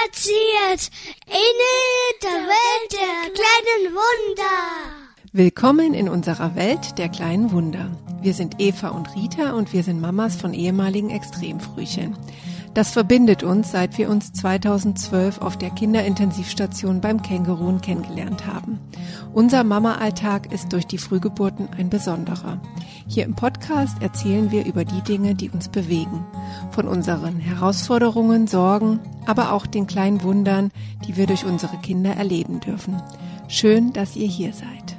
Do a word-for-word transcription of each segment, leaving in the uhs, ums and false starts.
erzählt in der Welt der kleinen Wunder. Willkommen in unserer Welt der kleinen Wunder. Wir sind Eva und Rita und wir sind Mamas von ehemaligen Extremfrühchen. Das verbindet uns, seit wir uns zweitausendzwölf auf der Kinderintensivstation beim Känguruen kennengelernt haben. Unser Mama-Alltag ist durch die Frühgeburten ein besonderer. Hier im Podcast erzählen wir über die Dinge, die uns bewegen. Von unseren Herausforderungen, Sorgen, aber auch den kleinen Wundern, die wir durch unsere Kinder erleben dürfen. Schön, dass ihr hier seid.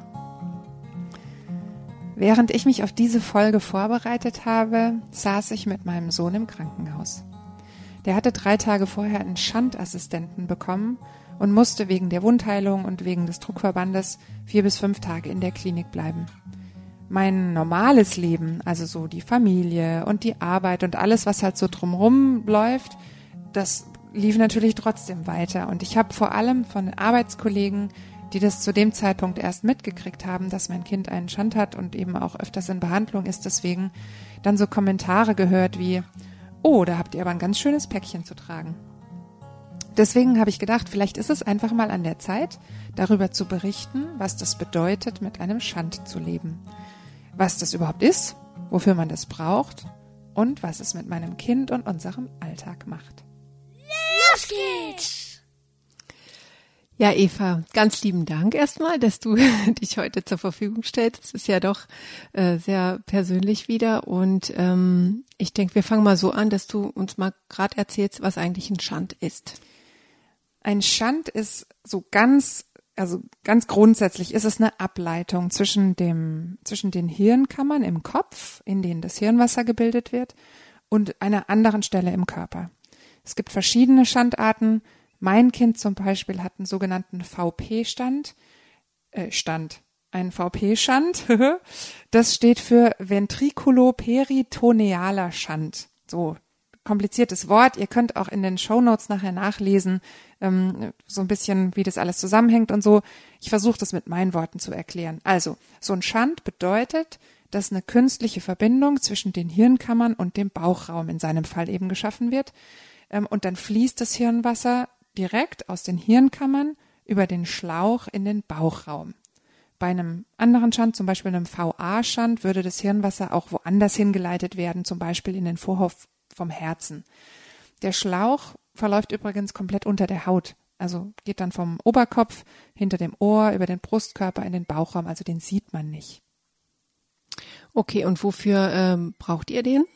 Während ich mich auf diese Folge vorbereitet habe, saß ich mit meinem Sohn im Krankenhaus. Der hatte drei Tage vorher einen Schandassistenten bekommen und musste wegen der Wundheilung und wegen des Druckverbandes vier bis fünf Tage in der Klinik bleiben. Mein normales Leben, also so die Familie und die Arbeit und alles, was halt so drumherum läuft, das lief natürlich trotzdem weiter. Und ich habe vor allem von Arbeitskollegen, die das zu dem Zeitpunkt erst mitgekriegt haben, dass mein Kind einen Schand hat und eben auch öfters in Behandlung ist, deswegen dann so Kommentare gehört wie: Oh, da habt ihr aber ein ganz schönes Päckchen zu tragen. Deswegen habe ich gedacht, vielleicht ist es einfach mal an der Zeit, darüber zu berichten, was das bedeutet, mit einem Schand zu leben. Was das überhaupt ist, wofür man das braucht und was es mit meinem Kind und unserem Alltag macht. Los geht's! Ja, Eva, ganz lieben Dank erstmal, dass du dich heute zur Verfügung stellst. Es ist ja doch äh, sehr persönlich wieder und ähm, ich denke, wir fangen mal so an, dass du uns mal gerade erzählst, was eigentlich ein Schand ist. Ein Schand ist so ganz, also ganz grundsätzlich ist es eine Ableitung zwischen dem, zwischen den Hirnkammern im Kopf, in denen das Hirnwasser gebildet wird, und einer anderen Stelle im Körper. Es gibt verschiedene Schandarten. Mein Kind zum Beispiel hat einen sogenannten V P-Stand, äh, Stand, einen V P-Schand. Das steht für ventriculoperitonealer Schand. So, kompliziertes Wort. Ihr könnt auch in den Shownotes nachher nachlesen, ähm, so ein bisschen, wie das alles zusammenhängt und so. Ich versuche das mit meinen Worten zu erklären. Also, so ein Schand bedeutet, dass eine künstliche Verbindung zwischen den Hirnkammern und dem Bauchraum in seinem Fall eben geschaffen wird. Ähm, und dann fließt das Hirnwasser direkt aus den Hirnkammern über den Schlauch in den Bauchraum. Bei einem anderen Schand, zum Beispiel einem V A-Schand, würde das Hirnwasser auch woanders hingeleitet werden, zum Beispiel in den Vorhof vom Herzen. Der Schlauch verläuft übrigens komplett unter der Haut, also geht dann vom Oberkopf, hinter dem Ohr, über den Brustkörper in den Bauchraum, also den sieht man nicht. Okay, und wofür ähm, braucht ihr den?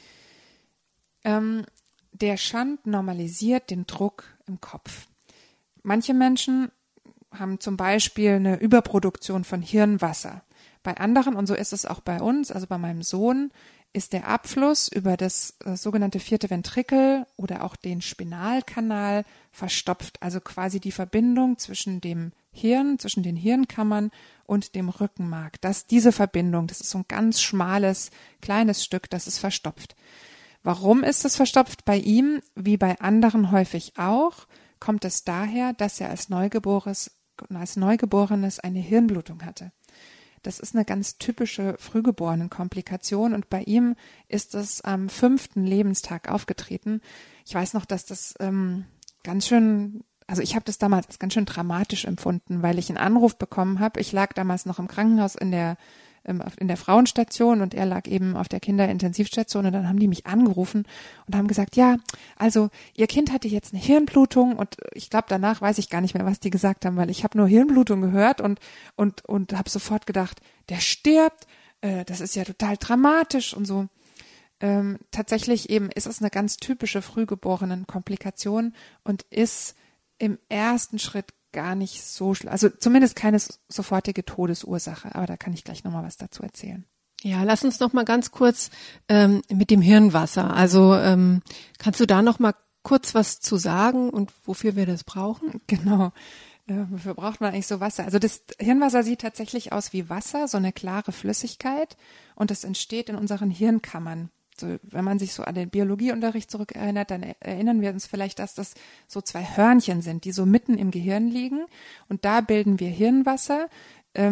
Ähm, Der Schand normalisiert den Druck im Kopf. Manche Menschen haben zum Beispiel eine Überproduktion von Hirnwasser. Bei anderen, und so ist es auch bei uns, also bei meinem Sohn, ist der Abfluss über das äh, sogenannte vierte Ventrikel oder auch den Spinalkanal verstopft. Also quasi die Verbindung zwischen dem Hirn, zwischen den Hirnkammern und dem Rückenmark. Das, diese Verbindung, das ist so ein ganz schmales, kleines Stück, das ist verstopft. Warum ist es verstopft? Bei ihm, wie bei anderen häufig auch, kommt es daher, dass er als Neugeborenes, als Neugeborenes eine Hirnblutung hatte. Das ist eine ganz typische Frühgeborenen-Komplikation und bei ihm ist es am fünften Lebenstag aufgetreten. Ich weiß noch, dass das ähm, ganz schön, also ich habe das damals als ganz schön dramatisch empfunden, weil ich einen Anruf bekommen habe. Ich lag damals noch im Krankenhaus in der in der Frauenstation und er lag eben auf der Kinderintensivstation und dann haben die mich angerufen und haben gesagt, ja, also ihr Kind hatte jetzt eine Hirnblutung und ich glaube danach weiß ich gar nicht mehr, was die gesagt haben, weil ich habe nur Hirnblutung gehört und und und habe sofort gedacht, der stirbt, äh, das ist ja total dramatisch und so. Ähm, tatsächlich eben ist es eine ganz typische Frühgeborenen-Komplikation und ist im ersten Schritt gar nicht so schlimm, also zumindest keine sofortige Todesursache, aber da kann ich gleich nochmal was dazu erzählen. Ja, lass uns noch mal ganz kurz ähm, mit dem Hirnwasser, also ähm, kannst du da noch mal kurz was zu sagen und wofür wir das brauchen? Genau, äh, wofür braucht man eigentlich so Wasser? Also das Hirnwasser sieht tatsächlich aus wie Wasser, so eine klare Flüssigkeit und das entsteht in unseren Hirnkammern. So, wenn man sich so an den Biologieunterricht zurückerinnert, dann erinnern wir uns vielleicht, dass das so zwei Hörnchen sind, die so mitten im Gehirn liegen und da bilden wir Hirnwasser. Ähm,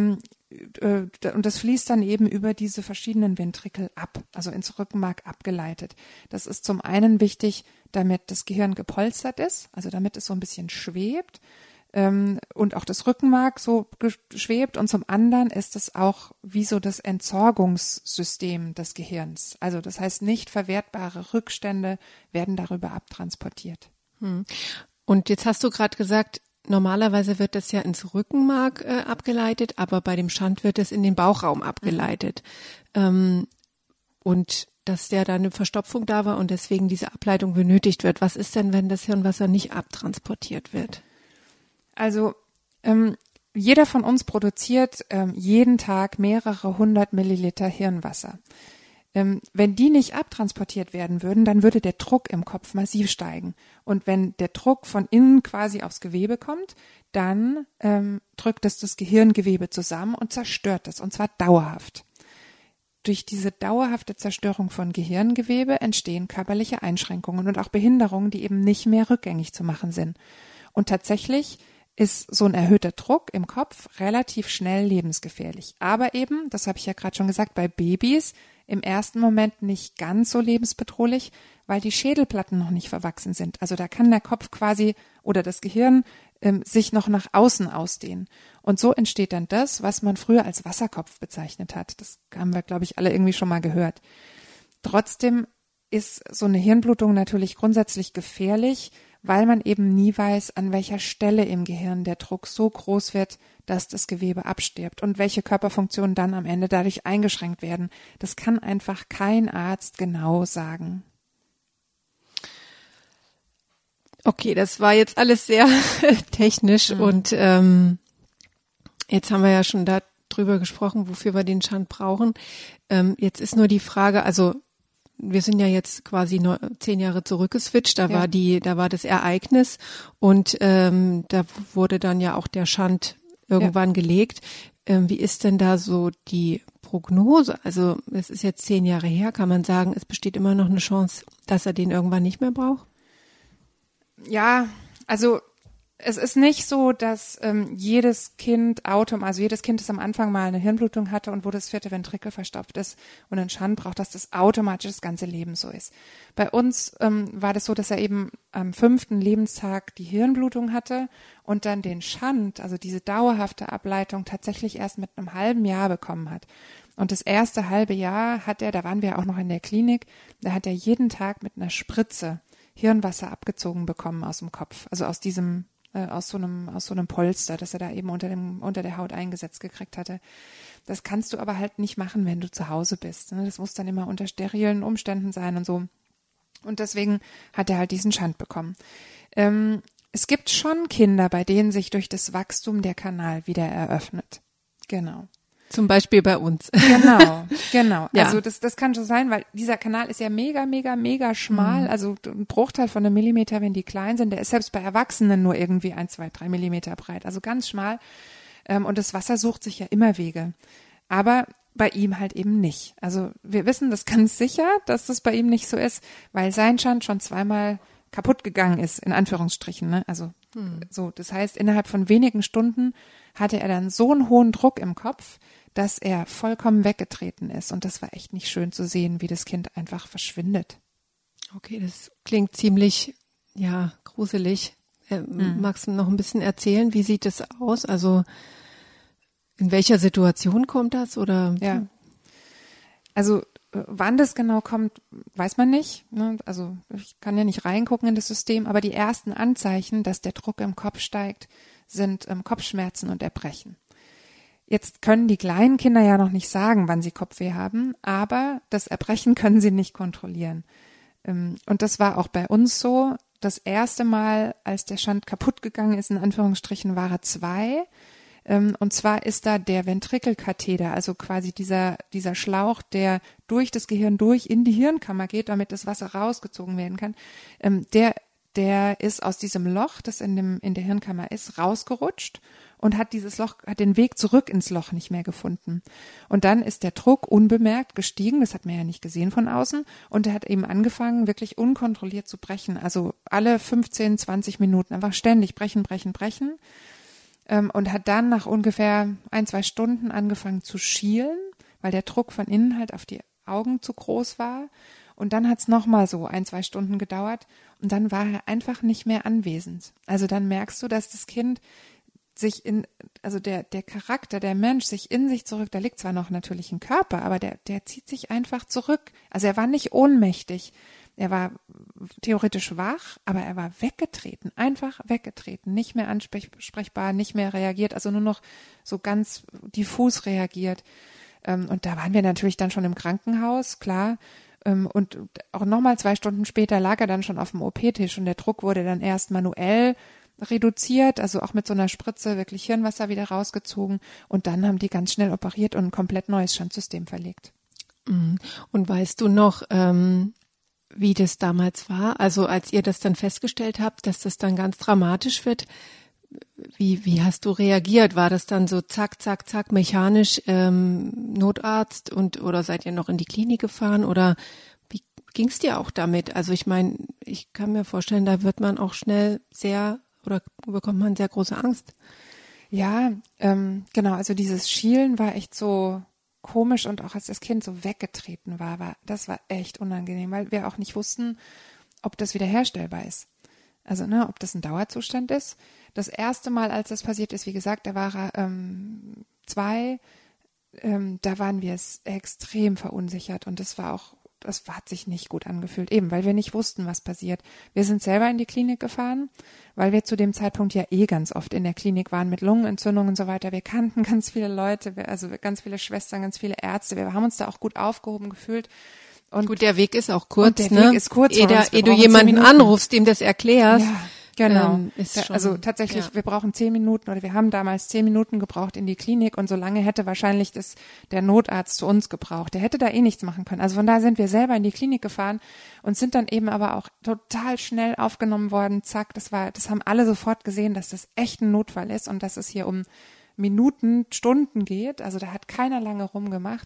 äh, und das fließt dann eben über diese verschiedenen Ventrikel ab, also ins Rückenmark abgeleitet. Das ist zum einen wichtig, damit das Gehirn gepolstert ist, also damit es so ein bisschen schwebt ähm, und auch das Rückenmark so schwebt, und zum anderen ist es auch wie so das Entsorgungssystem des Gehirns. Also das heißt, nicht verwertbare Rückstände werden darüber abtransportiert. Hm. Und jetzt hast du gerade gesagt, normalerweise wird das ja ins Rückenmark äh, abgeleitet, aber bei dem Schand wird es in den Bauchraum abgeleitet. Mhm. Ähm, und dass der da eine Verstopfung da war und deswegen diese Ableitung benötigt wird. Was ist denn, wenn das Hirnwasser nicht abtransportiert wird? Also ähm, jeder von uns produziert ähm, jeden Tag mehrere hundert Milliliter Hirnwasser. Ähm, wenn die nicht abtransportiert werden würden, dann würde der Druck im Kopf massiv steigen. Und wenn der Druck von innen quasi aufs Gewebe kommt, dann ähm, drückt es das Gehirngewebe zusammen und zerstört es, und zwar dauerhaft. Durch diese dauerhafte Zerstörung von Gehirngewebe entstehen körperliche Einschränkungen und auch Behinderungen, die eben nicht mehr rückgängig zu machen sind. Und tatsächlich ist so ein erhöhter Druck im Kopf relativ schnell lebensgefährlich. Aber eben, das habe ich ja gerade schon gesagt, bei Babys im ersten Moment nicht ganz so lebensbedrohlich, weil die Schädelplatten noch nicht verwachsen sind. Also da kann der Kopf quasi oder das Gehirn ähm, sich noch nach außen ausdehnen. Und so entsteht dann das, was man früher als Wasserkopf bezeichnet hat. Das haben wir, glaube ich, alle irgendwie schon mal gehört. Trotzdem ist so eine Hirnblutung natürlich grundsätzlich gefährlich, weil man eben nie weiß, an welcher Stelle im Gehirn der Druck so groß wird, dass das Gewebe abstirbt und welche Körperfunktionen dann am Ende dadurch eingeschränkt werden. Das kann einfach kein Arzt genau sagen. Okay, das war jetzt alles sehr technisch mhm. und ähm, jetzt haben wir ja schon darüber gesprochen, wofür wir den Schand brauchen. Ähm, jetzt ist nur die Frage, also wir sind ja jetzt quasi neun, zehn Jahre zurückgeswitcht, da ja. war die, da war das Ereignis und ähm, da wurde dann ja auch der Schand irgendwann ja. gelegt. Ähm, wie ist denn da so die Prognose? Also es ist jetzt zehn Jahre her, kann man sagen, es besteht immer noch eine Chance, dass er den irgendwann nicht mehr braucht? Ja, also es ist nicht so, dass ähm, jedes Kind autom, also jedes Kind, das am Anfang mal eine Hirnblutung hatte und wo das vierte Ventrikel verstopft ist und einen Schand braucht, dass das automatisch das ganze Leben so ist. Bei uns ähm, war das so, dass er eben am fünften Lebenstag die Hirnblutung hatte und dann den Schand, also diese dauerhafte Ableitung, tatsächlich erst mit einem halben Jahr bekommen hat. Und das erste halbe Jahr hat er, da waren wir auch noch in der Klinik, da hat er jeden Tag mit einer Spritze Hirnwasser abgezogen bekommen aus dem Kopf, also aus diesem Äh, aus so einem aus so einem Polster, das er da eben unter dem unter der Haut eingesetzt gekriegt hatte. Das kannst du aber halt nicht machen, wenn du zu Hause bist. Ne? Das muss dann immer unter sterilen Umständen sein und so. Und deswegen hat er halt diesen Schand bekommen. Ähm, es gibt schon Kinder, bei denen sich durch das Wachstum der Kanal wieder eröffnet. Genau. Zum Beispiel bei uns. Genau, genau. Ja. Also das, das kann schon sein, weil dieser Kanal ist ja mega, mega, mega schmal. Mhm. Also ein Bruchteil von einem Millimeter, wenn die klein sind. Der ist selbst bei Erwachsenen nur irgendwie ein, zwei, drei Millimeter breit. Also ganz schmal. Und das Wasser sucht sich ja immer Wege. Aber bei ihm halt eben nicht. Also wir wissen das ganz sicher, dass das bei ihm nicht so ist, weil sein Schand schon zweimal kaputt gegangen ist, in Anführungsstrichen. Ne? Also mhm. so, das heißt, innerhalb von wenigen Stunden hatte er dann so einen hohen Druck im Kopf, dass er vollkommen weggetreten ist. Und das war echt nicht schön zu sehen, wie das Kind einfach verschwindet. Okay, das klingt ziemlich, ja, gruselig. Äh, mhm. Magst du noch ein bisschen erzählen, wie sieht es aus? Also in welcher Situation kommt das? Oder? Ja, also wann das genau kommt, weiß man nicht. Ne? Also ich kann ja nicht reingucken in das System, aber die ersten Anzeichen, dass der Druck im Kopf steigt, sind ähm, Kopfschmerzen und Erbrechen. Jetzt können die kleinen Kinder ja noch nicht sagen, wann sie Kopfweh haben, aber das Erbrechen können sie nicht kontrollieren. Und das war auch bei uns so. Das erste Mal, als der Schand kaputt gegangen ist, in Anführungsstrichen, war er zwei. Und zwar ist da der Ventrikelkatheter, also quasi dieser, dieser Schlauch, der durch das Gehirn durch in die Hirnkammer geht, damit das Wasser rausgezogen werden kann. Der, der ist aus diesem Loch, das in dem, in der Hirnkammer ist, rausgerutscht und hat dieses Loch, hat den Weg zurück ins Loch nicht mehr gefunden. Und dann ist der Druck unbemerkt gestiegen, das hat man ja nicht gesehen von außen, und er hat eben angefangen, wirklich unkontrolliert zu brechen. Also alle fünfzehn, zwanzig Minuten einfach ständig brechen, brechen, brechen. ähm, und hat dann nach ungefähr ein, zwei Stunden angefangen zu schielen, weil der Druck von innen halt auf die Augen zu groß war. Und dann hat's nochmal so ein, zwei Stunden gedauert und dann war er einfach nicht mehr anwesend. Also dann merkst du, dass das Kind sich in, also der, der Charakter, der Mensch sich in sich zurück, da liegt zwar noch natürlich ein Körper, aber der, der zieht sich einfach zurück. Also er war nicht ohnmächtig. Er war theoretisch wach, aber er war weggetreten, einfach weggetreten, nicht mehr ansprechbar, nicht mehr reagiert, also nur noch so ganz diffus reagiert. Und da waren wir natürlich dann schon im Krankenhaus, klar. Und auch nochmal zwei Stunden später lag er dann schon auf dem O P-Tisch und der Druck wurde dann erst manuell reduziert, also auch mit so einer Spritze wirklich Hirnwasser wieder rausgezogen und dann haben die ganz schnell operiert und ein komplett neues Schandsystem verlegt. Und weißt du noch, ähm, wie das damals war? Also als ihr das dann festgestellt habt, dass das dann ganz dramatisch wird, wie wie hast du reagiert? War das dann so zack, zack, zack, mechanisch ähm, Notarzt und oder seid ihr noch in die Klinik gefahren oder wie ging's dir auch damit? Also ich meine, ich kann mir vorstellen, da wird man auch schnell sehr oder bekommt man sehr große Angst. Ja, ähm, genau, also dieses Schielen war echt so komisch und auch als das Kind so weggetreten war, war das war echt unangenehm, weil wir auch nicht wussten, ob das wiederherstellbar ist. Also, ne, ob das ein Dauerzustand ist. Das erste Mal, als das passiert ist, wie gesagt, da war er ähm, zwei, ähm, da waren wir es extrem verunsichert und das war auch, das hat sich nicht gut angefühlt, eben, weil wir nicht wussten, was passiert. Wir sind selber in die Klinik gefahren, weil wir zu dem Zeitpunkt ja eh ganz oft in der Klinik waren mit Lungenentzündungen und so weiter. Wir kannten ganz viele Leute, also ganz viele Schwestern, ganz viele Ärzte. Wir haben uns da auch gut aufgehoben gefühlt. Und gut, der Weg ist auch kurz, der ne? Weg ist kurz. Ehe, der, ehe du jemanden anrufst, dem das erklärst. Ja, genau. Ähm, ist da, schon, also tatsächlich, ja. wir brauchen zehn Minuten oder wir haben damals zehn Minuten gebraucht in die Klinik und so lange hätte wahrscheinlich das, der Notarzt zu uns gebraucht. Der hätte da eh nichts machen können. Also von daher sind wir selber in die Klinik gefahren und sind dann eben aber auch total schnell aufgenommen worden. Zack, das war, das haben alle sofort gesehen, dass das echt ein Notfall ist und dass es hier um Minuten, Stunden geht. Also da hat keiner lange rumgemacht.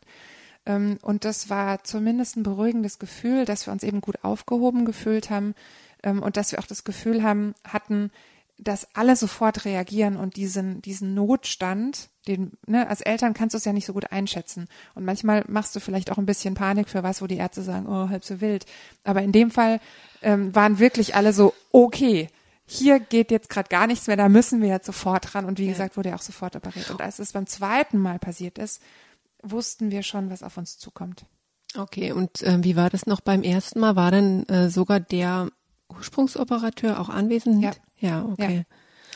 Und das war zumindest ein beruhigendes Gefühl, dass wir uns eben gut aufgehoben gefühlt haben und dass wir auch das Gefühl haben, hatten, dass alle sofort reagieren und diesen diesen Notstand, den, ne, als Eltern kannst du es ja nicht so gut einschätzen. Und manchmal machst du vielleicht auch ein bisschen Panik für was, wo die Ärzte sagen, oh, halb so wild. Aber in dem Fall ähm, waren wirklich alle so, okay, hier geht jetzt gerade gar nichts mehr, da müssen wir jetzt sofort ran. Und wie ja. gesagt, wurde ja auch sofort operiert. Und als es beim zweiten Mal passiert ist, wussten wir schon, was auf uns zukommt. Okay, und äh, wie war das noch beim ersten Mal? War denn äh, sogar der Ursprungsoperateur auch anwesend? Ja. Ja, okay.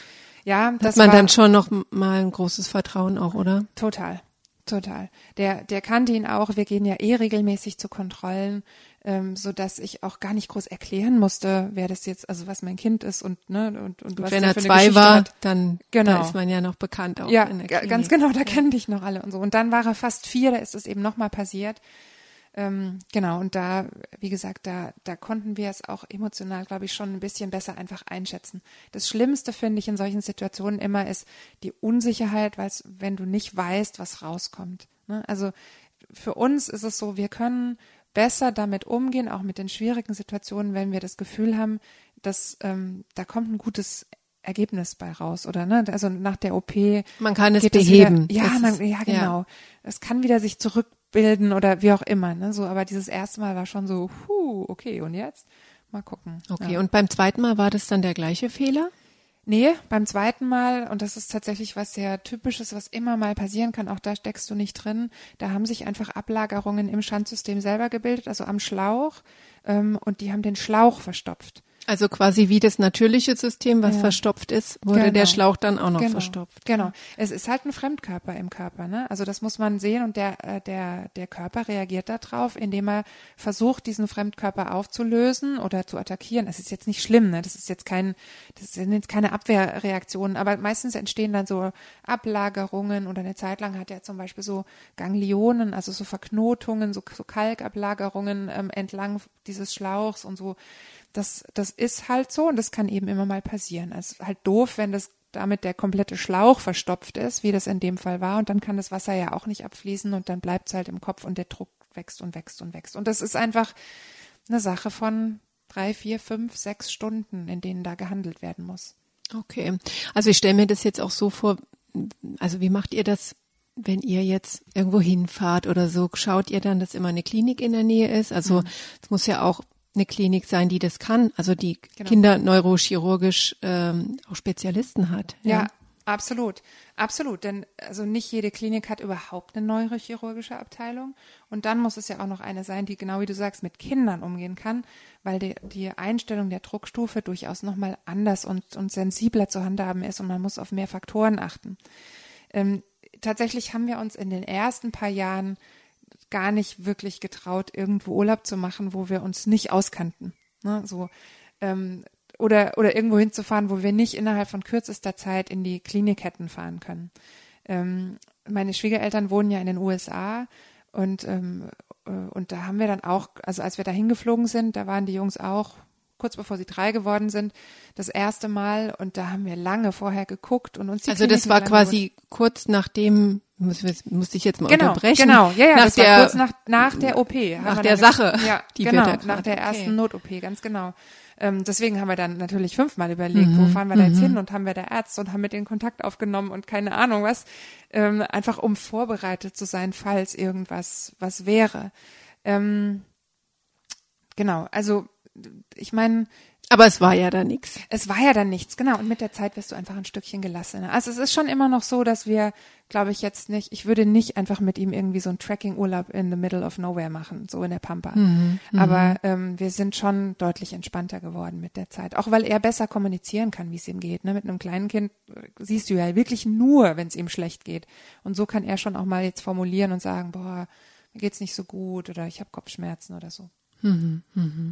Ja, ja das hat man war dann schon noch mal ein großes Vertrauen auch, oder? Total, total. Der, der kannte ihn auch. Wir gehen ja eh regelmäßig zu Kontrollen, ähm, so dass ich auch gar nicht groß erklären musste, wer das jetzt, also was mein Kind ist und ne und und, und was wenn der er für eine zwei Geschichte war, hat. dann genau. da ist man ja noch bekannt auch ja, in der Klinik. ganz genau. Da ja. kennen dich noch alle und so. Und dann war er fast vier. Da ist es eben noch mal passiert. Ähm, genau, und da, wie gesagt, da, da konnten wir es auch emotional, glaube ich, schon ein bisschen besser einfach einschätzen. Das Schlimmste, finde ich, in solchen Situationen immer ist die Unsicherheit, weil wenn du nicht weißt, was rauskommt. Ne? Also für uns ist es so, wir können besser damit umgehen, auch mit den schwierigen Situationen, wenn wir das Gefühl haben, dass ähm, da kommt ein gutes Ergebnis bei raus, oder ne? Also nach der O P. Man kann es geht beheben. Wieder, ja, das man, ist, ja, genau. Es ja. kann wieder sich zurückbilden oder wie auch immer, ne? So, aber dieses erste Mal war schon so, huh, okay, und jetzt? Mal gucken. Okay, ja. Und beim zweiten Mal war das dann der gleiche Fehler? Nee, beim zweiten Mal, und das ist tatsächlich was sehr Typisches, was immer mal passieren kann, auch da steckst du nicht drin, da haben sich einfach Ablagerungen im Schandsystem selber gebildet, also am Schlauch, ähm, und die haben den Schlauch verstopft. Also quasi wie das natürliche System, was ja. verstopft ist, wurde genau. der Schlauch dann auch noch genau. verstopft. Genau. Es ist halt ein Fremdkörper im Körper, ne? Also das muss man sehen und der äh, der der Körper reagiert darauf, indem er versucht, diesen Fremdkörper aufzulösen oder zu attackieren. Es ist jetzt nicht schlimm, ne? Das ist jetzt kein, das sind jetzt keine Abwehrreaktionen, aber meistens entstehen dann so Ablagerungen oder eine Zeit lang hat er zum Beispiel so Ganglionen, also so Verknotungen, so, so Kalkablagerungen ähm, entlang dieses Schlauchs und so. Das, das ist halt so und das kann eben immer mal passieren. Es ist halt doof, wenn das damit der komplette Schlauch verstopft ist, wie das in dem Fall war. Und dann kann das Wasser ja auch nicht abfließen und dann bleibt es halt im Kopf und der Druck wächst und wächst und wächst. Und das ist einfach eine Sache von drei, vier, fünf, sechs Stunden, in denen da gehandelt werden muss. Okay, also ich stelle mir das jetzt auch so vor, also wie macht ihr das, wenn ihr jetzt irgendwo hinfahrt oder so? Schaut ihr dann, dass immer eine Klinik in der Nähe ist? Also mhm. es muss ja auch eine Klinik sein, die das kann, also die genau. kinderneurochirurgisch ähm, auch Spezialisten hat. Ja. ja, absolut, absolut, denn also nicht jede Klinik hat überhaupt eine neurochirurgische Abteilung und dann muss es ja auch noch eine sein, die genau wie du sagst mit Kindern umgehen kann, weil die, die Einstellung der Druckstufe durchaus nochmal anders und, und sensibler zu handhaben ist und man muss auf mehr Faktoren achten. Ähm, tatsächlich haben wir uns in den ersten paar Jahren gar nicht wirklich getraut, irgendwo Urlaub zu machen, wo wir uns nicht auskannten. Ne? So, ähm, oder, oder irgendwo hinzufahren, wo wir nicht innerhalb von kürzester Zeit in die Klinik hätten fahren können. Ähm, meine Schwiegereltern wohnen ja in den U S A und, ähm, äh, und da haben wir dann auch, also als wir da hingeflogen sind, da waren die Jungs auch kurz bevor sie drei geworden sind, das erste Mal und da haben wir lange vorher geguckt und uns die Also das war quasi kurz nachdem, muss, muss ich jetzt mal genau, unterbrechen. Genau, ja, ja, nach das der, war kurz nach, nach der O P. Nach der Sache, ja, die genau, wir da nach der ersten okay. Not-O P, ganz genau. Ähm, deswegen haben wir dann natürlich fünfmal überlegt, mhm, wo fahren wir da jetzt mhm. hin und haben wir da Ärzte und haben mit denen Kontakt aufgenommen und keine Ahnung was, ähm, einfach um vorbereitet zu sein, falls irgendwas was wäre. Ähm, genau, also ich meine, aber es war ja da nichts. Es war ja dann nichts, genau. Und mit der Zeit wirst du einfach ein Stückchen gelassener. Also es ist schon immer noch so, dass wir, glaube ich, jetzt nicht, ich würde nicht einfach mit ihm irgendwie so einen Trekking-Urlaub in the middle of nowhere machen, so in der Pampa. Mhm, Aber ähm, wir sind schon deutlich entspannter geworden mit der Zeit. Auch weil er besser kommunizieren kann, wie es ihm geht. Ne? Mit einem kleinen Kind siehst du ja wirklich nur, wenn es ihm schlecht geht. Und so kann er schon auch mal jetzt formulieren und sagen, boah, mir geht's nicht so gut oder ich habe Kopfschmerzen oder so. Mhm, mhm.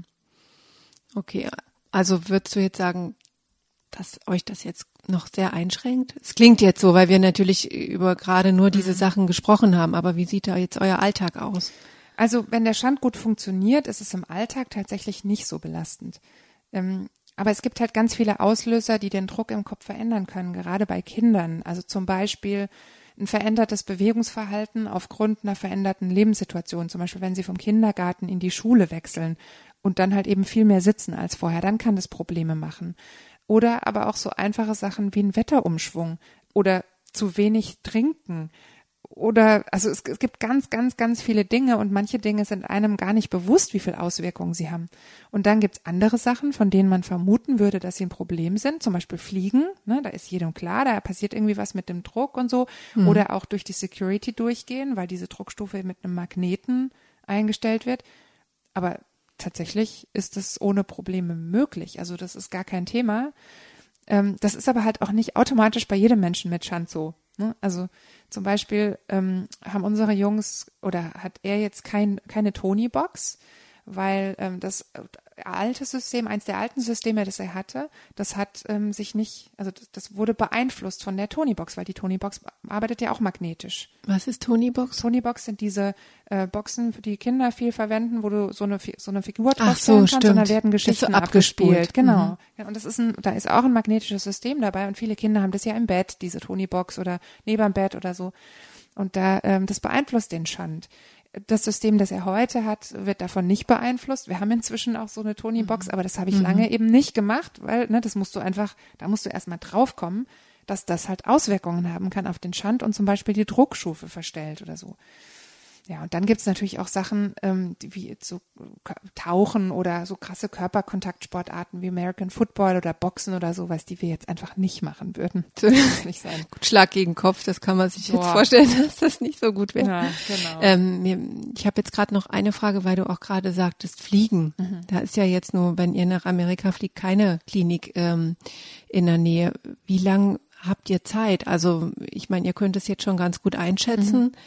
Okay, also würdest du jetzt sagen, dass euch das jetzt noch sehr einschränkt? Es klingt jetzt so, weil wir natürlich über gerade nur diese mhm. Sachen gesprochen haben, aber wie sieht da jetzt euer Alltag aus? Also wenn der Schand gut funktioniert, ist es im Alltag tatsächlich nicht so belastend. Ähm, aber es gibt halt ganz viele Auslöser, die den Druck im Kopf verändern können, gerade bei Kindern. Also zum Beispiel ein verändertes Bewegungsverhalten aufgrund einer veränderten Lebenssituation. Zum Beispiel, wenn sie vom Kindergarten in die Schule wechseln und dann halt eben viel mehr sitzen als vorher, dann kann das Probleme machen. Oder aber auch so einfache Sachen wie ein Wetterumschwung oder zu wenig trinken. Oder, also es, es gibt ganz, ganz, ganz viele Dinge und manche Dinge sind einem gar nicht bewusst, wie viel Auswirkungen sie haben. Und dann gibt's andere Sachen, von denen man vermuten würde, dass sie ein Problem sind, zum Beispiel Fliegen, ne, da ist jedem klar, da passiert irgendwie was mit dem Druck und so. Mhm. Oder auch durch die Security durchgehen, weil diese Druckstufe mit einem Magneten eingestellt wird. Aber tatsächlich ist es ohne Probleme möglich. Also das ist gar kein Thema. Ähm, das ist aber halt auch nicht automatisch bei jedem Menschen mit Schand so. Ne? Also zum Beispiel ähm, haben unsere Jungs oder hat er jetzt kein, keine Tony-Box, weil ähm, das alte System, eins der alten Systeme, das er hatte, das hat ähm, sich nicht, also das, das wurde beeinflusst von der Tony-Box, weil die Tony-Box arbeitet ja auch magnetisch. Was ist Tony-Box? Tony-Box sind diese äh, Boxen, die Kinder viel verwenden, wo du so eine so eine Figur drauf Ach so, stellen kannst stimmt. und dann werden Geschichten so abgespielt. abgespielt. Genau. Mhm. Ja, und das ist ein, da ist auch ein magnetisches System dabei und viele Kinder haben das ja im Bett, diese Tony-Box oder neben dem Bett oder so. Und da ähm, das beeinflusst den Schand. Das System, das er heute hat, wird davon nicht beeinflusst. Wir haben inzwischen auch so eine Tony-Box, aber das habe ich mhm. lange eben nicht gemacht, weil ne, das musst du einfach, da musst du erstmal draufkommen, dass das halt Auswirkungen haben kann auf den Schand und zum Beispiel die Druckstufe verstellt oder so. Ja, und dann gibt's natürlich auch Sachen, ähm, die, wie so Tauchen oder so krasse Körperkontaktsportarten wie American Football oder Boxen oder sowas, die wir jetzt einfach nicht machen würden. Das muss nicht sein. Gut, Schlag gegen Kopf, das kann man sich Boah. jetzt vorstellen, dass das nicht so gut wäre. Ja, genau. Ähm, mir, ich habe jetzt gerade noch eine Frage, weil du auch gerade sagtest, Fliegen. Mhm. Da ist ja jetzt nur, wenn ihr nach Amerika fliegt, keine Klinik ähm, in der Nähe. Wie lang habt ihr Zeit? Also ich meine, ihr könnt es jetzt schon ganz gut einschätzen. Mhm.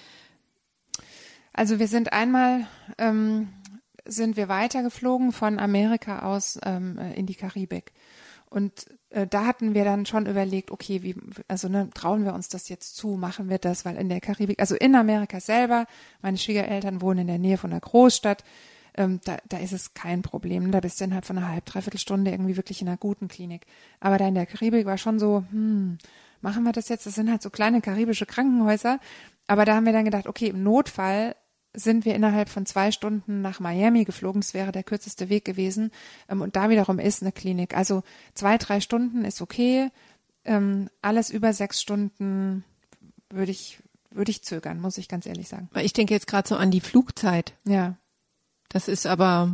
Also wir sind einmal, ähm, sind wir weitergeflogen von Amerika aus ähm, in die Karibik. Und äh, da hatten wir dann schon überlegt, okay, wie, also ne, trauen wir uns das jetzt zu, machen wir das, weil in der Karibik, also in Amerika selber, meine Schwiegereltern wohnen in der Nähe von einer Großstadt, ähm, da, da ist es kein Problem. Da bist du innerhalb von einer halb, dreiviertel Stunde irgendwie wirklich in einer guten Klinik. Aber da in der Karibik war schon so, hm, machen wir das jetzt? Das sind halt so kleine karibische Krankenhäuser. Aber da haben wir dann gedacht, okay, im Notfall sind wir innerhalb von zwei Stunden nach Miami geflogen. Das wäre der kürzeste Weg gewesen. Ähm, und da wiederum ist eine Klinik. Also zwei, drei Stunden ist okay. Ähm, alles über sechs Stunden würde ich, würde ich zögern, muss ich ganz ehrlich sagen. Ich denke jetzt gerade so an die Flugzeit. Ja. Das ist aber...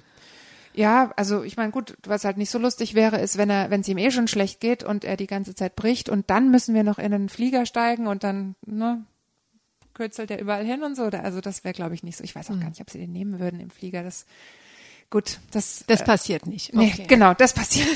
Ja, also ich meine, gut, was halt nicht so lustig wäre, ist, wenn er, wenn es ihm eh schon schlecht geht und er die ganze Zeit bricht und dann müssen wir noch in einen Flieger steigen und dann, ne, kürzelt er überall hin und so. Also das wäre, glaube ich, nicht so. Ich weiß auch gar nicht, ob sie den nehmen würden im Flieger. Das, gut, das. Das äh, passiert nicht. Okay. Nee, genau, das passiert.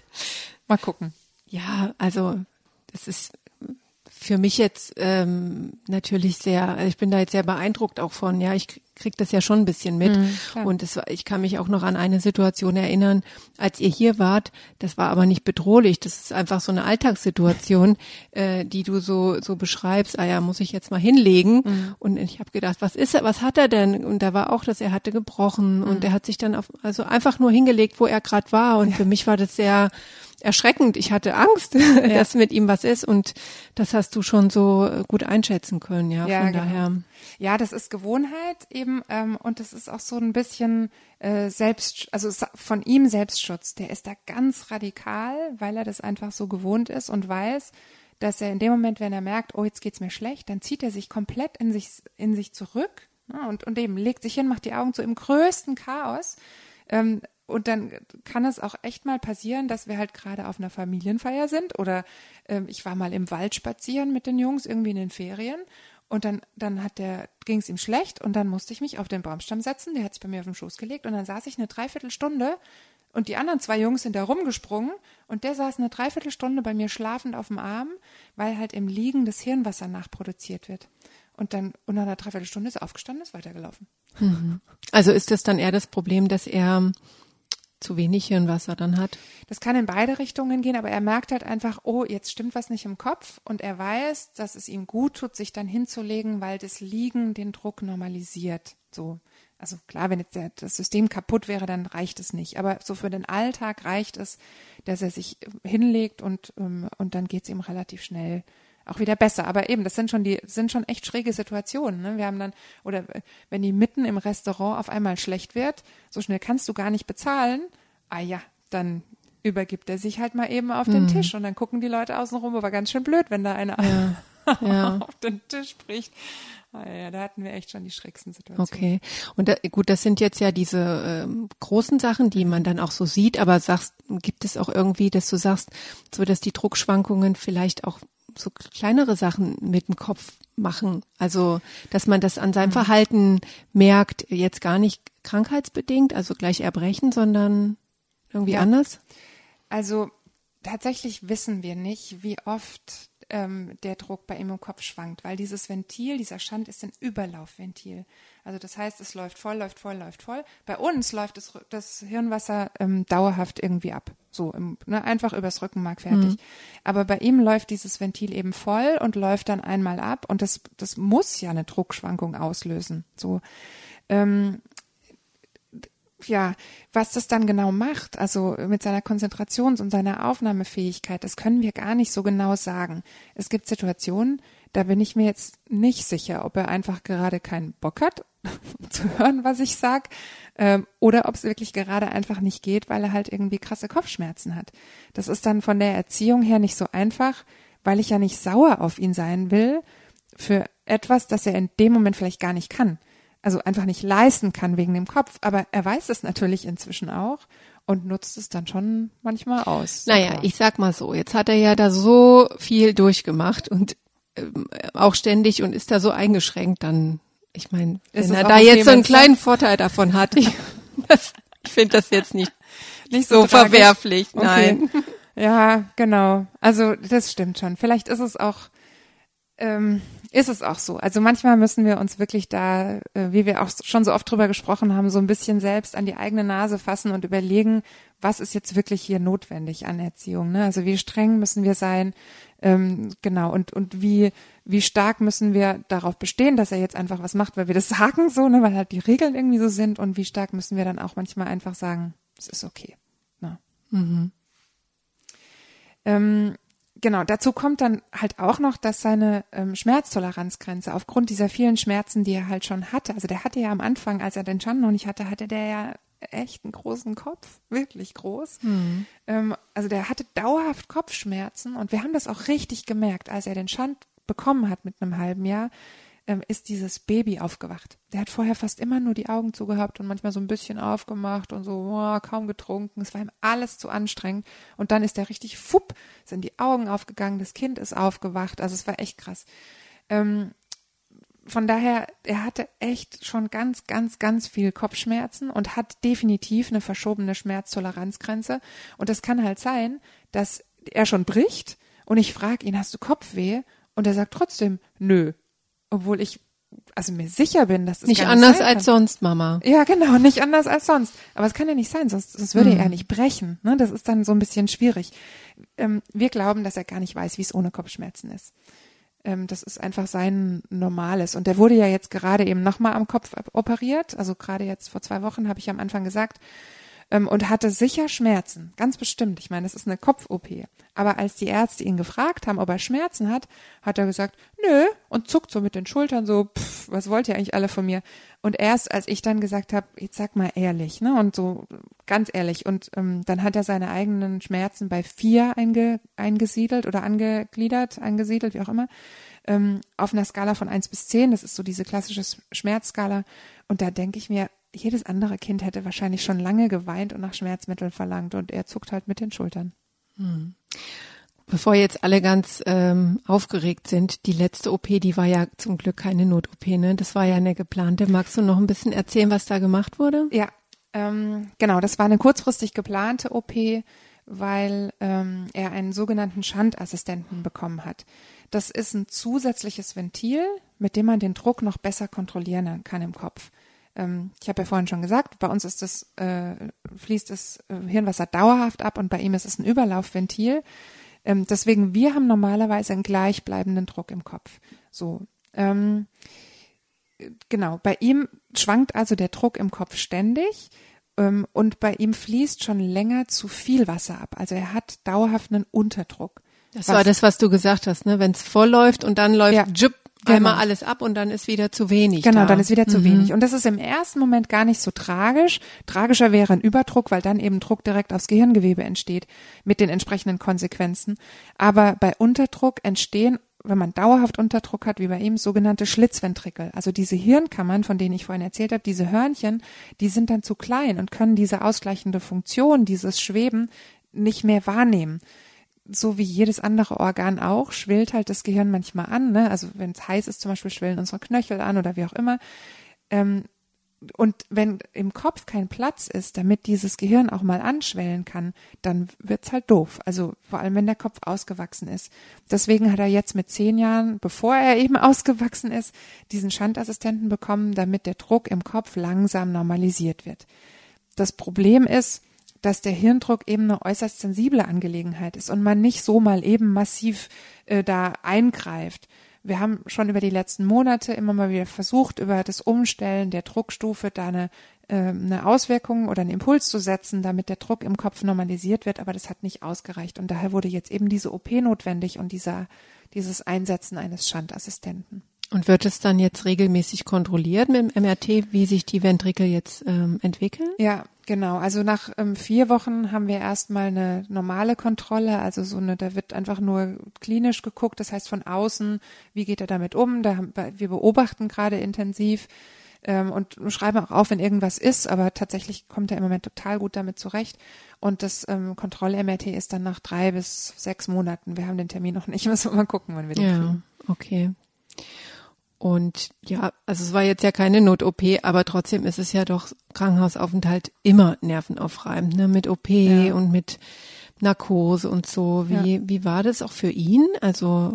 Mal gucken. Ja, also das ist für mich jetzt ähm, natürlich sehr, also ich bin da jetzt sehr beeindruckt auch von, ja, ich krieg das ja schon ein bisschen mit. Mhm, und es war, ich kann mich auch noch an eine Situation erinnern, als ihr hier wart, das war aber nicht bedrohlich, das ist einfach so eine Alltagssituation, äh, die du so so beschreibst, ah ja, muss ich jetzt mal hinlegen. Mhm. Und ich habe gedacht, was ist er, was hat er denn? Und da war auch, dass er hatte gebrochen mhm. und er hat sich dann auf, also einfach nur hingelegt, wo er gerade war. Und ja. für mich war das sehr erschreckend. Ich hatte Angst, ja. dass mit ihm was ist und das hast du schon so gut einschätzen können, ja, ja von genau. daher. Ja, das ist Gewohnheit eben ähm, und das ist auch so ein bisschen äh, Selbst, also von ihm Selbstschutz. Der ist da ganz radikal, weil er das einfach so gewohnt ist und weiß, dass er in dem Moment, wenn er merkt, oh, jetzt geht's mir schlecht, dann zieht er sich komplett in sich in sich zurück, ne, und und eben legt sich hin, macht die Augen zu im größten Chaos. Ähm, Und dann kann es auch echt mal passieren, dass wir halt gerade auf einer Familienfeier sind oder ähm, ich war mal im Wald spazieren mit den Jungs irgendwie in den Ferien und dann dann hat der ging es ihm schlecht und dann musste ich mich auf den Baumstamm setzen. Der hat sich bei mir auf den Schoß gelegt und dann saß ich eine Dreiviertelstunde und die anderen zwei Jungs sind da rumgesprungen und der saß eine Dreiviertelstunde bei mir schlafend auf dem Arm, weil halt im Liegen das Hirnwasser nachproduziert wird. Und dann und nach einer Dreiviertelstunde ist er aufgestanden, ist weitergelaufen. Mhm. Also ist das dann eher das Problem, dass er zu wenig Hirnwasser dann hat? Das kann in beide Richtungen gehen, aber er merkt halt einfach, oh, jetzt stimmt was nicht im Kopf und er weiß, dass es ihm gut tut, sich dann hinzulegen, weil das Liegen den Druck normalisiert. So, also klar, wenn jetzt der, das System kaputt wäre, dann reicht es nicht. Aber so für den Alltag reicht es, dass er sich hinlegt und und dann geht es ihm relativ schnell auch wieder besser. Aber eben, das sind schon die, sind schon echt schräge Situationen. Ne? Wir haben dann, oder wenn die mitten im Restaurant auf einmal schlecht wird, so schnell kannst du gar nicht bezahlen, ah ja, dann übergibt er sich halt mal eben auf den mhm. Tisch und dann gucken die Leute außen rum, aber ganz schön blöd, wenn da einer ja. Ja. auf den Tisch bricht. Ah ja, da hatten wir echt schon die schrägsten Situationen. Okay. Und da, gut, das sind jetzt ja diese ähm, großen Sachen, die man dann auch so sieht, aber sagst, gibt es auch irgendwie, dass du sagst, so dass die Druckschwankungen vielleicht auch so kleinere Sachen mit dem Kopf machen. Also, dass man das an seinem mhm. Verhalten merkt, jetzt gar nicht krankheitsbedingt, also gleich erbrechen, sondern irgendwie ja. anders? Also, tatsächlich wissen wir nicht, wie oft ähm, der Druck bei ihm im Kopf schwankt, weil dieses Ventil, dieser Schand ist ein Überlaufventil. Also das heißt, es läuft voll, läuft voll, läuft voll. Bei uns läuft das, das Hirnwasser ähm, dauerhaft irgendwie ab. So, im, ne, einfach übers Rückenmark fertig. Mhm. Aber bei ihm läuft dieses Ventil eben voll und läuft dann einmal ab und das, das muss ja eine Druckschwankung auslösen. So, ähm, ja, was das dann genau macht, also mit seiner Konzentrations- und seiner Aufnahmefähigkeit, das können wir gar nicht so genau sagen. Es gibt Situationen, da bin ich mir jetzt nicht sicher, ob er einfach gerade keinen Bock hat, zu hören, was ich sag, ähm, oder ob es wirklich gerade einfach nicht geht, weil er halt irgendwie krasse Kopfschmerzen hat. Das ist dann von der Erziehung her nicht so einfach, weil ich ja nicht sauer auf ihn sein will für etwas, das er in dem Moment vielleicht gar nicht kann. Also einfach nicht leisten kann wegen dem Kopf. Aber er weiß es natürlich inzwischen auch und nutzt es dann schon manchmal aus. Naja, ich sag mal so, jetzt hat er ja da so viel durchgemacht und ähm, auch ständig und ist da so eingeschränkt, dann, ich meine, wenn er da jetzt so einen kleinen Vorteil davon hat, ich, ich finde das jetzt nicht, nicht so, so verwerflich. Nein. Okay. Ja, genau. Also das stimmt schon. Vielleicht ist es auch ähm, ist es auch so. Also manchmal müssen wir uns wirklich da, äh, wie wir auch schon so oft drüber gesprochen haben, so ein bisschen selbst an die eigene Nase fassen und überlegen, was ist jetzt wirklich hier notwendig an Erziehung, ne? Also wie streng müssen wir sein, ähm, genau, und und wie wie stark müssen wir darauf bestehen, dass er jetzt einfach was macht, weil wir das sagen so, ne, weil halt die Regeln irgendwie so sind, und wie stark müssen wir dann auch manchmal einfach sagen, es ist okay. Ne? Mhm. Ähm, genau, dazu kommt dann halt auch noch, dass seine ähm, Schmerztoleranzgrenze aufgrund dieser vielen Schmerzen, die er halt schon hatte, also der hatte ja am Anfang, als er den Chan noch nicht hatte, hatte der ja echt einen großen Kopf, wirklich groß. Mhm. Ähm, also der hatte dauerhaft Kopfschmerzen und wir haben das auch richtig gemerkt, als er den Chan bekommen hat mit einem halben Jahr, ähm, ist dieses Baby aufgewacht. Der hat vorher fast immer nur die Augen zugehabt und manchmal so ein bisschen aufgemacht und so oh, kaum getrunken. Es war ihm alles zu anstrengend. Und dann ist er richtig, fupp, sind die Augen aufgegangen, das Kind ist aufgewacht. Also es war echt krass. Ähm, von daher, er hatte echt schon ganz, ganz, ganz viel Kopfschmerzen und hat definitiv eine verschobene Schmerztoleranzgrenze. Und es kann halt sein, dass er schon bricht und ich frage ihn, hast du Kopfweh? Und er sagt trotzdem, nö. Obwohl ich also mir sicher bin, dass es nicht gar anders nicht sein als kann. sonst, Mama. Ja, genau, nicht anders als sonst. Aber es kann ja nicht sein, sonst, sonst würde Mhm. er nicht brechen. Ne? Das ist dann so ein bisschen schwierig. Ähm, wir glauben, dass er gar nicht weiß, wie es ohne Kopfschmerzen ist. Ähm, das ist einfach sein Normales. Und der wurde ja jetzt gerade eben nochmal am Kopf operiert. Also gerade jetzt vor zwei Wochen, habe ich am Anfang gesagt. Ähm, und hatte sicher Schmerzen, ganz bestimmt. Ich meine, das ist eine Kopf-O P. Aber als die Ärzte ihn gefragt haben, ob er Schmerzen hat, hat er gesagt, nö, und zuckt so mit den Schultern so, pff, was wollt ihr eigentlich alle von mir? Und erst als ich dann gesagt habe, jetzt sag mal ehrlich, ne, und so ganz ehrlich, und ähm, dann hat er seine eigenen Schmerzen bei vier einge, eingesiedelt oder angegliedert, eingesiedelt, wie auch immer, ähm, auf einer Skala von eins bis zehn, das ist so diese klassische Schmerzskala. Und da denke ich mir, jedes andere Kind hätte wahrscheinlich schon lange geweint und nach Schmerzmitteln verlangt und er zuckt halt mit den Schultern. Hm. Bevor jetzt alle ganz ähm, aufgeregt sind, die letzte O P, die war ja zum Glück keine Not-O P, ne? Das war ja eine geplante. Magst du noch ein bisschen erzählen, was da gemacht wurde? Ja, ähm, genau, das war eine kurzfristig geplante O P, weil ähm, er einen sogenannten Shunt-Assistenten bekommen hat. Das ist ein zusätzliches Ventil, mit dem man den Druck noch besser kontrollieren kann im Kopf. Ich habe ja vorhin schon gesagt, bei uns ist das, äh, fließt das Hirnwasser dauerhaft ab und bei ihm ist es ein Überlaufventil. Ähm, deswegen, wir haben normalerweise einen gleichbleibenden Druck im Kopf. So, ähm, genau, bei ihm schwankt also der Druck im Kopf ständig ähm, und bei ihm fließt schon länger zu viel Wasser ab. Also er hat dauerhaft einen Unterdruck. Das was, war das, was du gesagt hast, ne? Wenn es voll läuft und dann läuft ja. Jupp, einmal genau. alles ab und dann ist wieder zu wenig. Genau, da. dann ist wieder zu mhm. wenig. Und das ist im ersten Moment gar nicht so tragisch. Tragischer wäre ein Überdruck, weil dann eben Druck direkt aufs Gehirngewebe entsteht mit den entsprechenden Konsequenzen. Aber bei Unterdruck entstehen, wenn man dauerhaft Unterdruck hat, wie bei ihm, sogenannte Schlitzventrikel. Also diese Hirnkammern, von denen ich vorhin erzählt habe, diese Hörnchen, die sind dann zu klein und können diese ausgleichende Funktion, dieses Schweben, nicht mehr wahrnehmen. So wie jedes andere Organ auch, schwillt halt das Gehirn manchmal an, ne? Also wenn es heiß ist, zum Beispiel schwillen unsere Knöchel an oder wie auch immer. Ähm, und wenn im Kopf kein Platz ist, damit dieses Gehirn auch mal anschwellen kann, dann wird's halt doof. Also vor allem, wenn der Kopf ausgewachsen ist. Deswegen hat er jetzt mit zehn Jahren, bevor er eben ausgewachsen ist, diesen Shunt-Assistenten bekommen, damit der Druck im Kopf langsam normalisiert wird. Das Problem ist, dass der Hirndruck eben eine äußerst sensible Angelegenheit ist und man nicht so mal eben massiv äh, da eingreift. Wir haben schon über die letzten Monate immer mal wieder versucht, über das Umstellen der Druckstufe da eine, äh, eine Auswirkung oder einen Impuls zu setzen, damit der Druck im Kopf normalisiert wird, aber das hat nicht ausgereicht und daher wurde jetzt eben diese O P notwendig und dieser dieses Einsetzen eines Shunt-Assistenten. Und wird es dann jetzt regelmäßig kontrolliert mit dem M R T, wie sich die Ventrikel jetzt ähm, entwickeln? Ja, genau. Also nach ähm, vier Wochen haben wir erstmal eine normale Kontrolle, also so eine, da wird einfach nur klinisch geguckt, das heißt von außen, wie geht er damit um? Da haben, wir beobachten gerade intensiv ähm, und schreiben auch auf, wenn irgendwas ist, aber tatsächlich kommt er im Moment total gut damit zurecht. Und das ähm, Kontroll-M R T ist dann nach drei bis sechs Monaten. Wir haben den Termin noch nicht, müssen wir mal gucken, wann wir den ja, kriegen. Okay. Und ja, also es war jetzt ja keine Not-O P, aber trotzdem ist es ja doch Krankenhausaufenthalt immer nervenaufreibend, ne? Mit O P ja. und mit Narkose und so. Wie, ja. wie war das auch für ihn? Also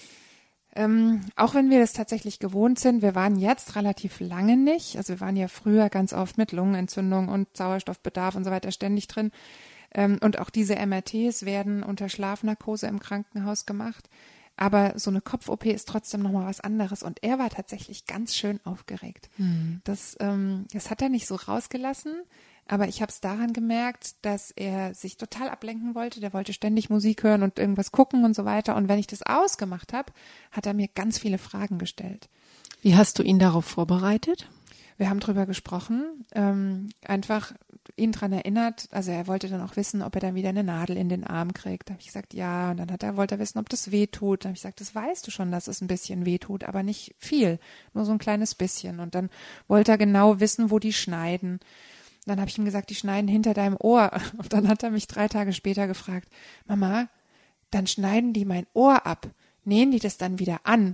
ähm, auch wenn wir das tatsächlich gewohnt sind, wir waren jetzt relativ lange nicht. Also wir waren ja früher ganz oft mit Lungenentzündung und Sauerstoffbedarf und so weiter ständig drin. Ähm, und auch diese M R Ts werden unter Schlafnarkose im Krankenhaus gemacht. Aber so eine Kopf-O P ist trotzdem nochmal was anderes. Und er war tatsächlich ganz schön aufgeregt. Mhm. Das, ähm, das hat er nicht so rausgelassen. Aber ich habe es daran gemerkt, dass er sich total ablenken wollte. Der wollte ständig Musik hören und irgendwas gucken und so weiter. Und wenn ich das ausgemacht habe, hat er mir ganz viele Fragen gestellt. Wie hast du ihn darauf vorbereitet? Wir haben drüber gesprochen, ähm, einfach ihn dran erinnert, also er wollte dann auch wissen, ob er dann wieder eine Nadel in den Arm kriegt. Da habe ich gesagt, ja, und dann hat er, wollte er wissen, ob das weh tut. Da habe ich gesagt, das weißt du schon, dass es ein bisschen weh tut, aber nicht viel, nur so ein kleines bisschen. Und dann wollte er genau wissen, wo die schneiden. Dann habe ich ihm gesagt, die schneiden hinter deinem Ohr. Und dann hat er mich drei Tage später gefragt, Mama, dann schneiden die mein Ohr ab, nähen die das dann wieder an?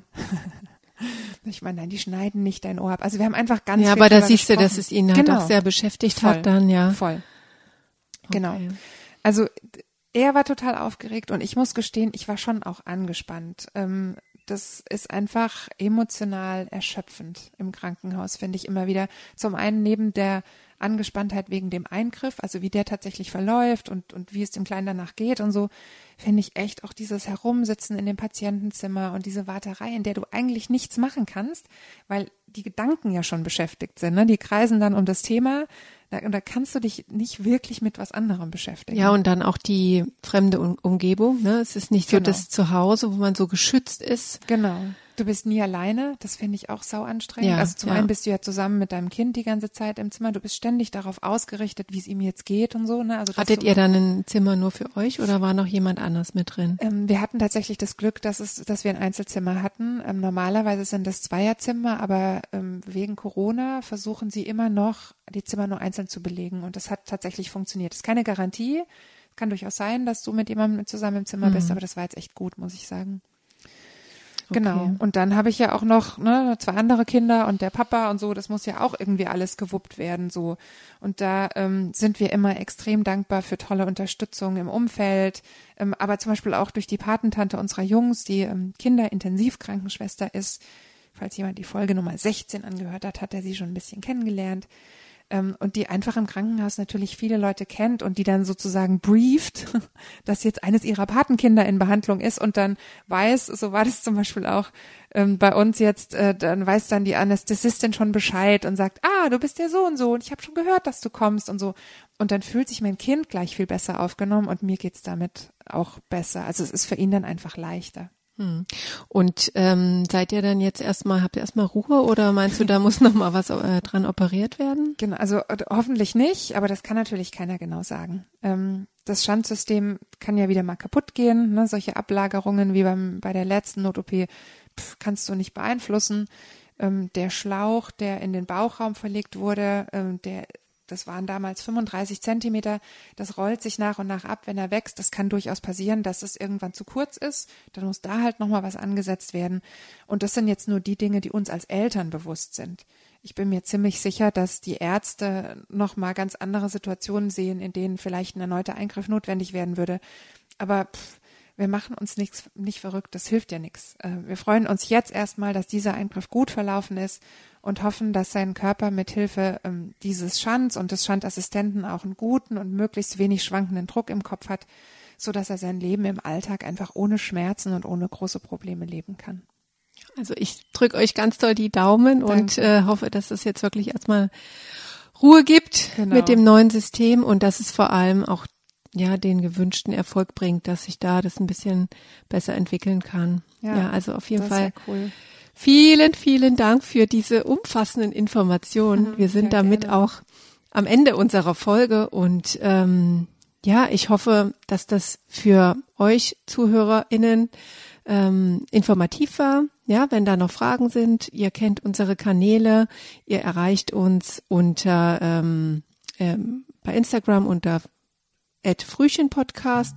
Ich meine, nein, die schneiden nicht dein Ohr ab. Also wir haben einfach ganz ja, viel aber da drüber siehst gesprochen. du, dass es ihn halt Genau. auch sehr beschäftigt Voll. hat dann, ja. Voll. Genau. Okay. Also er war total aufgeregt und ich muss gestehen, ich war schon auch angespannt. Ähm, das ist einfach emotional erschöpfend im Krankenhaus, finde ich immer wieder. Zum einen neben der Angespanntheit wegen dem Eingriff, also wie der tatsächlich verläuft und, und wie es dem Kleinen danach geht und so, finde ich echt auch dieses Herumsitzen in dem Patientenzimmer und diese Warterei, in der du eigentlich nichts machen kannst, weil die Gedanken ja schon beschäftigt sind, ne? Die kreisen dann um das Thema, da, da kannst du dich nicht wirklich mit was anderem beschäftigen. Ja, und dann auch die fremde um- Umgebung, ne? Es ist nicht so Genau. das Zuhause, wo man so geschützt ist. Genau. Du bist nie alleine, das finde ich auch sau anstrengend. Ja, also zum ja. einen bist du ja zusammen mit deinem Kind die ganze Zeit im Zimmer, du bist ständig darauf ausgerichtet, wie es ihm jetzt geht und so. Ne? Also dass Hattet du, ihr dann ein Zimmer nur für euch oder war noch jemand anders mit drin? Ähm, wir hatten tatsächlich das Glück, dass es, dass wir ein Einzelzimmer hatten. Ähm, normalerweise sind das Zweierzimmer, aber ähm, wegen Corona versuchen sie immer noch, die Zimmer nur einzeln zu belegen. Und das hat tatsächlich funktioniert. Das ist keine Garantie. Kann durchaus sein, dass du mit jemandem zusammen im Zimmer Mhm. bist, aber das war jetzt echt gut, muss ich sagen. Genau. Okay. Und dann habe ich ja auch noch ne, zwei andere Kinder und der Papa und so, das muss ja auch irgendwie alles gewuppt werden so. Und da ähm, sind wir immer extrem dankbar für tolle Unterstützung im Umfeld, ähm, aber zum Beispiel auch durch die Patentante unserer Jungs, die ähm, Kinderintensivkrankenschwester ist. Falls jemand die Folge Nummer sechzehn angehört hat, hat er sie schon ein bisschen kennengelernt. Ähm, und die einfach im Krankenhaus natürlich viele Leute kennt und die dann sozusagen brieft, dass jetzt eines ihrer Patenkinder in Behandlung ist und dann weiß, so war das zum Beispiel auch ähm, bei uns jetzt, äh, dann weiß dann die Anästhesistin schon Bescheid und sagt, ah, du bist ja so und so und ich habe schon gehört, dass du kommst und so. Und dann fühlt sich mein Kind gleich viel besser aufgenommen und mir geht's damit auch besser. Also es ist für ihn dann einfach leichter. Hm. Und ähm, seid ihr dann jetzt erstmal, habt ihr erstmal Ruhe oder meinst du, da muss noch mal was äh, dran operiert werden? Genau, also äh, hoffentlich nicht, aber das kann natürlich keiner genau sagen. Ähm, das Schandsystem kann ja wieder mal kaputt gehen, ne? Solche Ablagerungen wie beim bei der letzten Not-O P pf, kannst du nicht beeinflussen. Ähm, der Schlauch, der in den Bauchraum verlegt wurde, ähm, der das waren damals fünfunddreißig Zentimeter, das rollt sich nach und nach ab, wenn er wächst. Das kann durchaus passieren, dass es irgendwann zu kurz ist. Dann muss da halt nochmal was angesetzt werden. Und das sind jetzt nur die Dinge, die uns als Eltern bewusst sind. Ich bin mir ziemlich sicher, dass die Ärzte nochmal ganz andere Situationen sehen, in denen vielleicht ein erneuter Eingriff notwendig werden würde. Aber pff, wir machen uns nichts, nicht verrückt, das hilft ja nichts. Wir freuen uns jetzt erstmal, dass dieser Eingriff gut verlaufen ist und hoffen, dass sein Körper mit Hilfe ähm, dieses Schands und des Schandassistenten auch einen guten und möglichst wenig schwankenden Druck im Kopf hat, so dass er sein Leben im Alltag einfach ohne Schmerzen und ohne große Probleme leben kann. Also ich drücke euch ganz doll die Daumen Danke. und äh, hoffe, dass es jetzt wirklich erstmal Ruhe gibt Genau. mit dem neuen System und dass es vor allem auch ja den gewünschten Erfolg bringt, dass sich da das ein bisschen besser entwickeln kann. Ja, ja also auf jeden das Fall ist ja cool. Vielen, vielen Dank für diese umfassenden Informationen. Mhm, Wir sind ja, damit gerne. auch am Ende unserer Folge und ähm, ja, ich hoffe, dass das für euch ZuhörerInnen ähm, informativ war. Ja, wenn da noch Fragen sind, ihr kennt unsere Kanäle, ihr erreicht uns unter ähm, ähm, bei Instagram unter at frühchenpodcast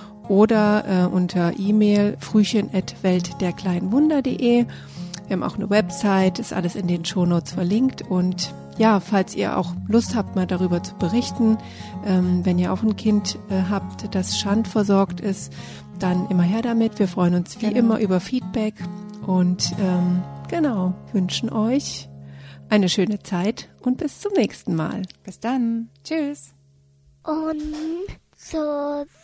oder äh, unter E-Mail frühchen at weltderkleinenwunder.de. Wir haben auch eine Website, ist alles in den Shownotes verlinkt und ja, falls ihr auch Lust habt, mal darüber zu berichten, ähm, wenn ihr auch ein Kind äh, habt, das schandversorgt ist, dann immer her damit. Wir freuen uns wie Genau. immer über Feedback und ähm, genau, wünschen euch eine schöne Zeit und bis zum nächsten Mal. Bis dann. Tschüss. Und so